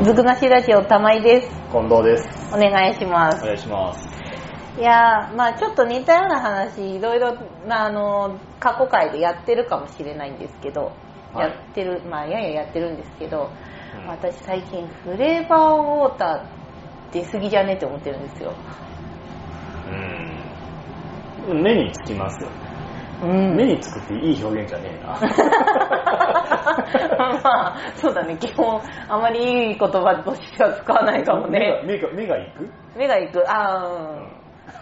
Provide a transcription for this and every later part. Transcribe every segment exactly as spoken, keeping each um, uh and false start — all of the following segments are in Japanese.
ずくなしラジオ玉井です。 近藤です。 お願いします。 お願いします。 いやー、まあちょっと似たような話いろいろなあの過去回でやってるかもしれないんですけど、はい、やってるまあやややってるんですけど、うん、私最近フレーバーウォーター出過ぎじゃねって思ってるんですよ。 うん。目につきますよね。うん、目につくっていい表現じゃねえな。 まあそうだね、基本あまりいい言葉としては使わないかもね。 目が目がいく？ 目がいく。ああ、うん。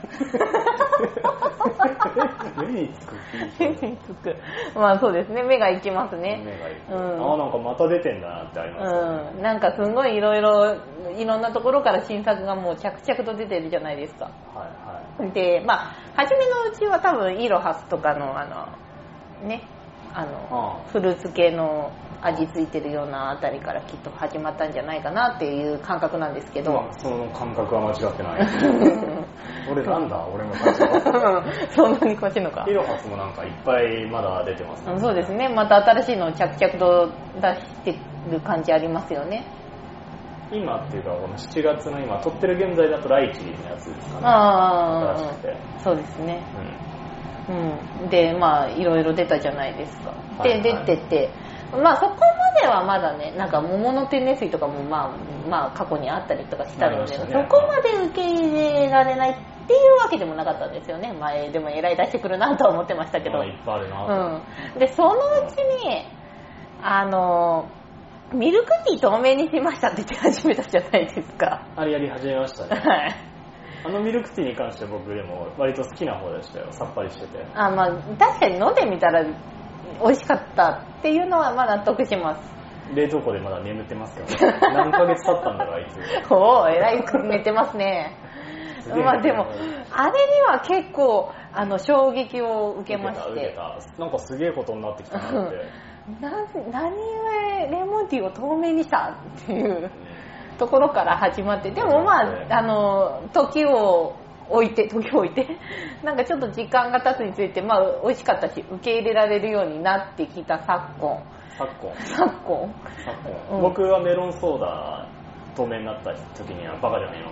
目につくっていい表現。目につく。 まあそうですね、目がいきますね。 目がいく。 うん、 ああなんかまた出てんだなってありますね。 うん。なんかすごいいろいろいろんなところから新作がもう着々と出てるじゃないですか。 はいはい。 で、まあ初めのうちは多分イロハスとかのあのね。あのああフルーツ系の味付いてるようなあたりからきっと始まったんじゃないかなっていう感覚なんですけど、まあ、 その感覚は間違ってない俺なんだ俺も感じはそんなにこっちのかイロハスもなんかいっぱいまだ出てますね。 そうですね、また新しいのを着々と出してる感じありますよね。 今っていうかこのしちがつの今撮ってる現在だとライチのやつですかね。 ああ、 新しくてそうですね、 うんうん、でまあいろいろ出たじゃないですか。で、はいはい、出てて、まあそこまではまだね、なんか桃の天然水とかもまあまあ過去にあったりとかしたので、ね、そこまで受け入れられないっていうわけでもなかったんですよね。前でもえらい出してくるなとは思ってましたけど、 まあ、いっぱいあるな、 うん、でそのうちにあのミルクティー透明にしましたって言って始めたじゃないですか。 あれやり始めましたね。 はいあのミルクティーに関しては僕でも割と好きな方でしたよ。さっぱりしてて。 あ、まあ確かに飲んでみたら美味しかったっていうのはまあ納得します。 冷蔵庫でまだ眠ってますけど、ね、何ヶ月経ったんだろうあいつ。 おお、えらい寝てますね。まあでもあれには結構あの衝撃を受けまして。 受けた受けた。なんかすげえことになってきたなって。 な何故レモンティーを透明にしたっていうところから始まって、でもまああの時を置いて時を置いてなんかちょっと時間が経つについてまあ美味しかったし受け入れられるようになってきた昨今昨今昨今、 昨今、うん、僕はメロンソーダ透明になった時にはバカじゃね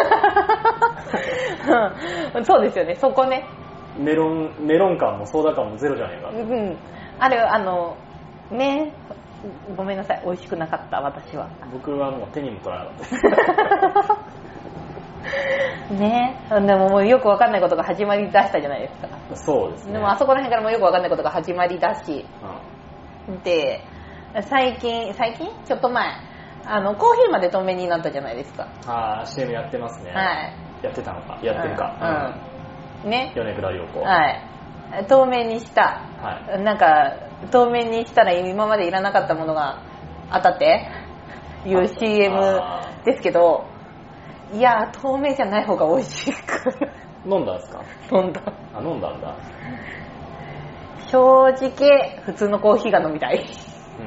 えの、うん、そうですよね。そこね、 メロンメロン感もソーダ感もゼロじゃねえか、 うん、あれあのね、ごめんなさい、美味しくなかった私は。 僕はもう手にも取らなかったね、でももうよくわかんないことが始まりだしたじゃないですか。 そうですね。 でもあそこら辺からもよくわかんないことが始まりだし、うん、で最近最近ちょっと前あのコーヒーまで透明になったじゃないですか。 ああ シーエム やってますね。 はい。 やってたのかやってるか。 うん。うん、ね。 米倉涼子。 はい。透明にした。はい。なんか透明にしたら今までいらなかったものが当たっていう シーエム ですけど。いや透明じゃない方が美味しいから飲んだんですか？ 飲んだ。 あ、飲んだんだ。 正直普通のコーヒーが飲みたい。 うん。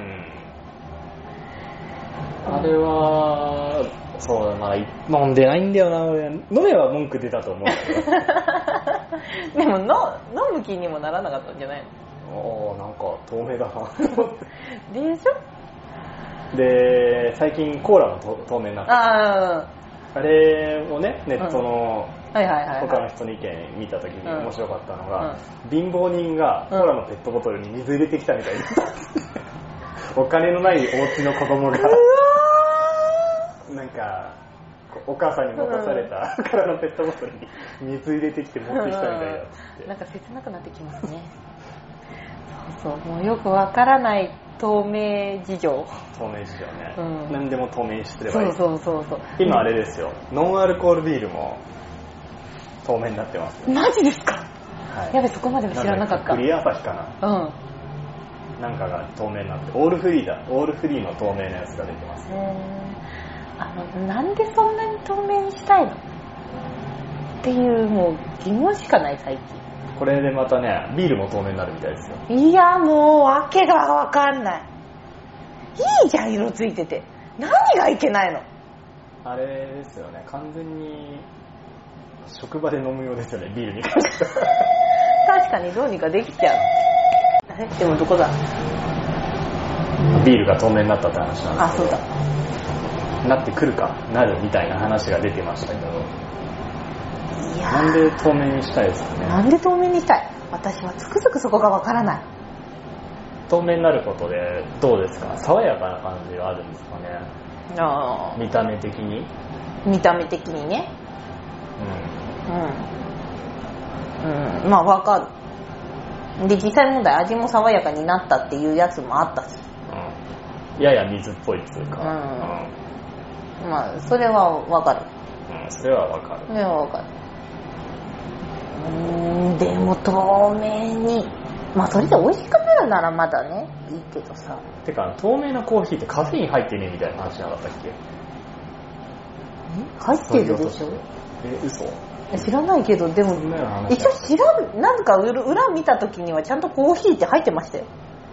あれはそうだな、飲んでないんだよな俺。飲めば文句出たと思うけどでもの飲む気にもならなかったんじゃないの？ おー、なんか透明だなでしょ。 で最近コーラも透明になった。 ああ、 あれをね、ネットの他の人の意見見た時に面白かったのが、うん、貧乏人がコーラのペットボトルに水入れてきたみたいな、うん、お金のないお家の子供がなんかお母さんに持たされたコーラのペットボトルに水入れてきて持ってきたみたいなっつって、 なんか切なくなってきますねそうそう、もうよくわからない透明事情。 透明事情ね、うん、何でも透明にすればいい。 そうそうそうそう。 今あれですよ、ノンアルコールビールも透明になってます。 マジですか？はい、やべ、そこまでは知らなかった。 クリア朝日かな、うん、なんかが透明になって、オールフリーだ、オールフリーの透明なやつが出てます。 あのなんでそんなに透明にしたいのっていうもう疑問しかない最近。 これでまたね、ビールも透明になるみたいですよ。 いやもう訳がわかんない。いいじゃん色ついてて、何がいけないの？あれですよね、完全に職場で飲むようですよね、ビールに関しては確かにどうにかできちゃう。あれでもどこだ？ ビールが透明になったって話なんですけど。 あ、そうだ。 なってくるかなるみたいな話が出てましたけど、 いやなんで透明にしたいですかね。 なんで透明にしたい？私はつくづくそこがわからない。 透明になることでどうですか？爽やかな感じがあるんですかね。 あ見た目的に見た目的にね、うん、うん、まあわかる。で実際問題味も爽やかになったっていうやつもあったし、 うん、やや水っぽいっていうか、うんうん、まあそれはわかる、 うん、それはわかる。 それはわかる。うーん、でも透明に、まあそれで美味しくなるならまだねいいけどさ。 てか透明なコーヒーってカフェイン入ってねえみたいな話なかったっけ？ 入ってるでしょ。 え、嘘？ 知らないけど、でも一応知らん、なんか裏見た時にはちゃんとコーヒーって入ってましたよ。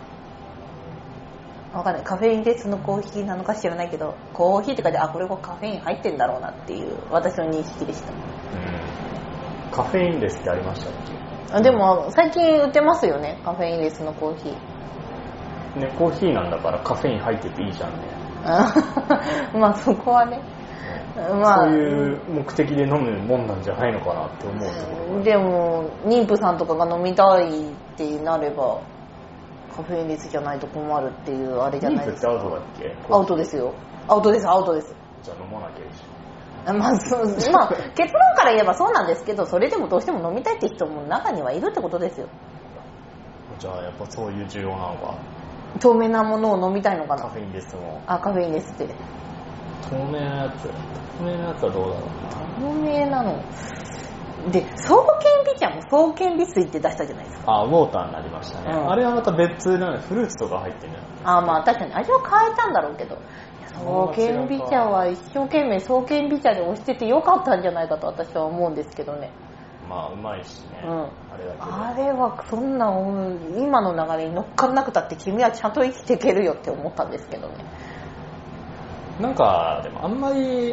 わかんない、カフェインレスのコーヒーなのか知らないけど、コーヒーって書いて、あ、これはカフェイン入ってんだろうなっていう私の認識でした。うん、 カフェインレスってありましたっけ？ あ、でも最近売ってますよね、カフェインレスのコーヒーね。コーヒーなんだからカフェイン入ってていいじゃんね。 まあそこはね、まあ、 そういう目的で飲むもんなんじゃないのかなって思うところ。 でも妊婦さんとかが飲みたいってなればカフェインレスじゃないと困るっていうあれじゃないですか。 妊婦ってアウトだっけ？ アウトですよ。アウトです、アウトです。 じゃあ飲まなきゃいいし。 まあ、そう、まあ、結論から言えばそうなんですけど、それでもどうしても飲みたいって人も中にはいるってことですよ。 じゃあやっぱそういう需要なのか。 透明なものを飲みたいのかな。 カフェインレスも。 あ、カフェインレスって。 透明なやつ。透明なやつはどうだろうな。 透明なの。で、双剣美茶も双剣美水って出したじゃないですか。 あ、ウォーターになりましたね。うん、あれはまた別なの、フルーツとか入ってるんじゃない？ あ、まあ確かに味は変えたんだろうけど。双剣美茶は一生懸命双剣美茶で押しててよかったんじゃないかと私は思うんですけどね。 まあうまいしね、うん、 あれだけどあれはそんな今の流れに乗っかんなくたって君はちゃんと生きていけるよって思ったんですけどね。 なんかでもあんまり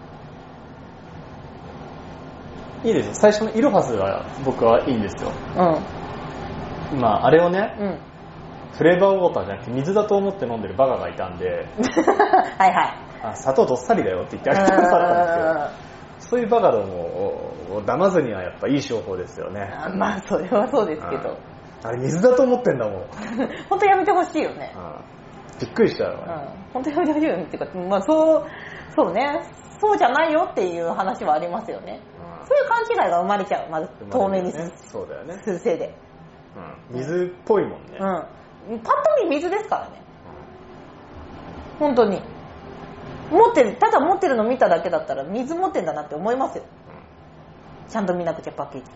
いいですよ。最初のイロハスは僕はいいんですよ。うん。まああれをね、うん、フレーバーウォーターじゃなくて水だと思って飲んでるバカがいたんではいはい。 あ、砂糖どっさりだよって言ってあげたかったんですけど、そういうバカどもを騙ずにはやっぱいい商法ですよね。 あ、まあそれはそうですけど、 あれ水だと思ってんだもん本当やめてほしいよね。 びっくりしたよね、うん、 本当やめてほしいよねっていうか、まあそうそうね、そうじゃないよっていう話はありますよね、うん、そういう勘違いが生まれちゃう。まず透明にする、 ね、そうだよね、 するせいで、 うん、水っぽいもんね、 うん、パッと見水ですからね、うん、本当に持ってる、ただ持ってるの見ただけだったら水持ってんだなって思いますよ、うん、ちゃんと見なくちゃパッケージ、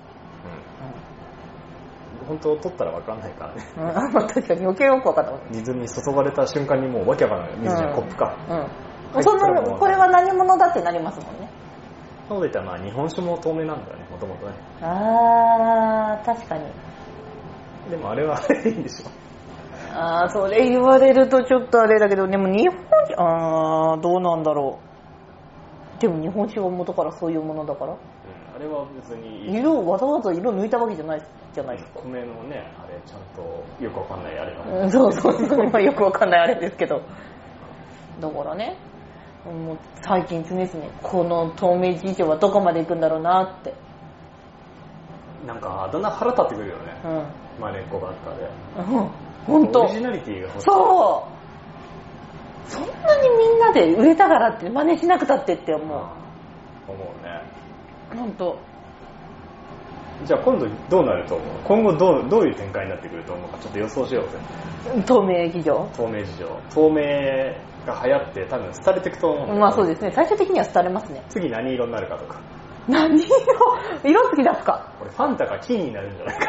うんうん、本当取ったら分かんないからね、 うん、確かに余計よく分かった。 水に注がれた瞬間にもうわけわかんない、水じゃん、うん、コップか、 うん、そのこれは何者だってなりますもんね。 そうでいったらまあ日本酒も透明なんだよね、もともとね。 あー、確かに。 でもあれはあれでいいんでしょ。 あー、それ言われるとちょっとあれだけど、でも日本酒、あー、どうなんだろう。でも日本酒は元からそういうものだから、うん、 あれは別にいい、 色わざわざ色抜いたわけじゃないじゃないですか。 米のね、あれちゃんとよくわかんないあれが、 うん、そうそうそう、よくわかんないあれですけど、だからね、もう最近常々この透明事情はどこまで行くんだろうなって、 なんかだんだん腹立ってくるよね、うん、マネッコばっかで、 うん、本当オリジナリティが欲しい。 そう、そんなにみんなで売れたからって真似しなくたってって思う、 思うね、 本当。 じゃあ今度どうなると思う？今後どう、どういう展開になってくると思うかちょっと予想しようぜ。 透明事情透明事情透明が流行って多分廃れていくと思うんだよね。 まあそうですね、最終的には廃れますね。 次何色になるかとか。 何色？色付き出すか。 これファンタが金になるんじゃないか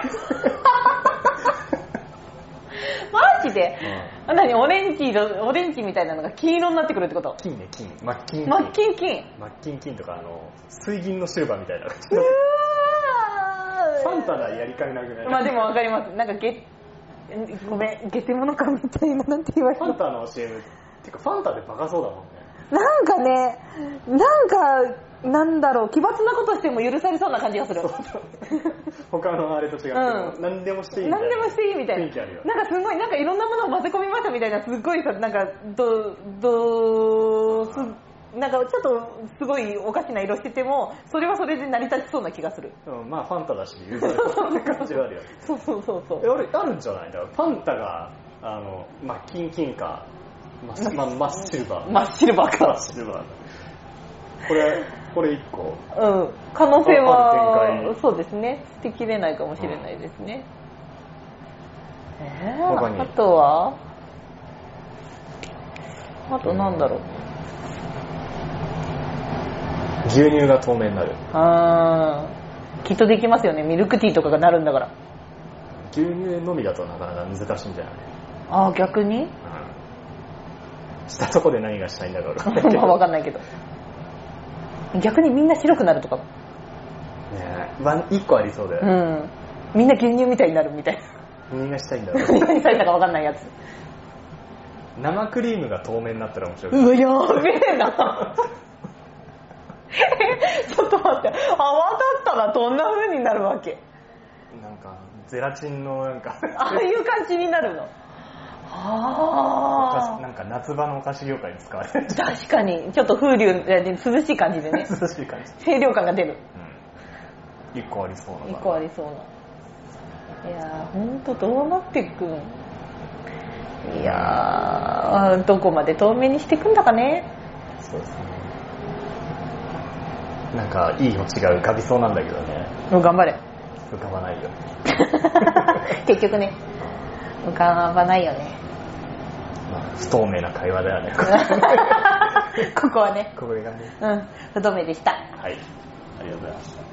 マジで、うん、何オレンジ色、オレンジみたいなのが金色になってくるってこと？ 金ね、金、真っ金金、 真っ金金、 真っ金金とか、あの水銀のシルバーみたいな感じ。 うわファンタだやりかねなくない？ まあでもわかります。なんかゲごめん、ゲテモノ感みたいな、なんて言われる。 ファンタの シーエム ってかファンタでバカそうだもんね。 なんかね、なんかなんだろう、奇抜なことしても許されそうな感じがする。 他のあれと違って、うん、何でもしていいみたいな。 何でもしていいみたいな。なんかすごい、なんかいろんなものを混ぜ込みましたみたいな、すごいさ、なんかどどすなんかちょっとすごいおかしな色しててもそれはそれで成り立ちそうな気がする。 うん、まあファンタだしユーザーの感じはあるよね。 そうそうそうそう。 あるあるんじゃないだからファンタがあのまあキンキンかマッ、ま、マッシルバー。 マッシルバーか。 マッシルバー。これこれ一個。 うん。可能性はそうですね。捨てきれないかもしれないですね。うん、えー、他にあとはあとなんだろう。 牛乳が透明になる。 あー、きっとできますよね。ミルクティーとかがなるんだから。 牛乳のみだとなかなか難しいんじゃない？ あー、逆に？うん。 したとこで何がしたいんだろう。まあ、わかんないけど。逆にみんな白くなるとか。ねえ、まあ、一個ありそうだよ。 うん。みんな牛乳みたいになるみたいな。 何がしたいんだろう。 何したいんだかわかんないやつ。 生クリームが透明になったら面白い。 うわ、やべえな。ちょっと待って、泡だったらどんな風になるわけ？ なんかゼラチンのなんかああいう感じになるの。ああ。 なんか夏場のお菓子業界に使われる。 確かにちょっと風流で涼しい感じでね。 涼しい感じ。 清涼感が出る。 うん。一個ありそうな。 一個ありそうな。いやー、ほんとどうなっていくん？いやー、どこまで透明にしていくんだかね。 そうですね。なんかいいオチが浮かびそうなんだけどね。 もう頑張れ。 浮かばないよ。 結局ね、浮かばないよね。 まあ、不透明な会話だよね。 ここはね。 これがね。 うん、不透明でした。 はい。ありがとうございました。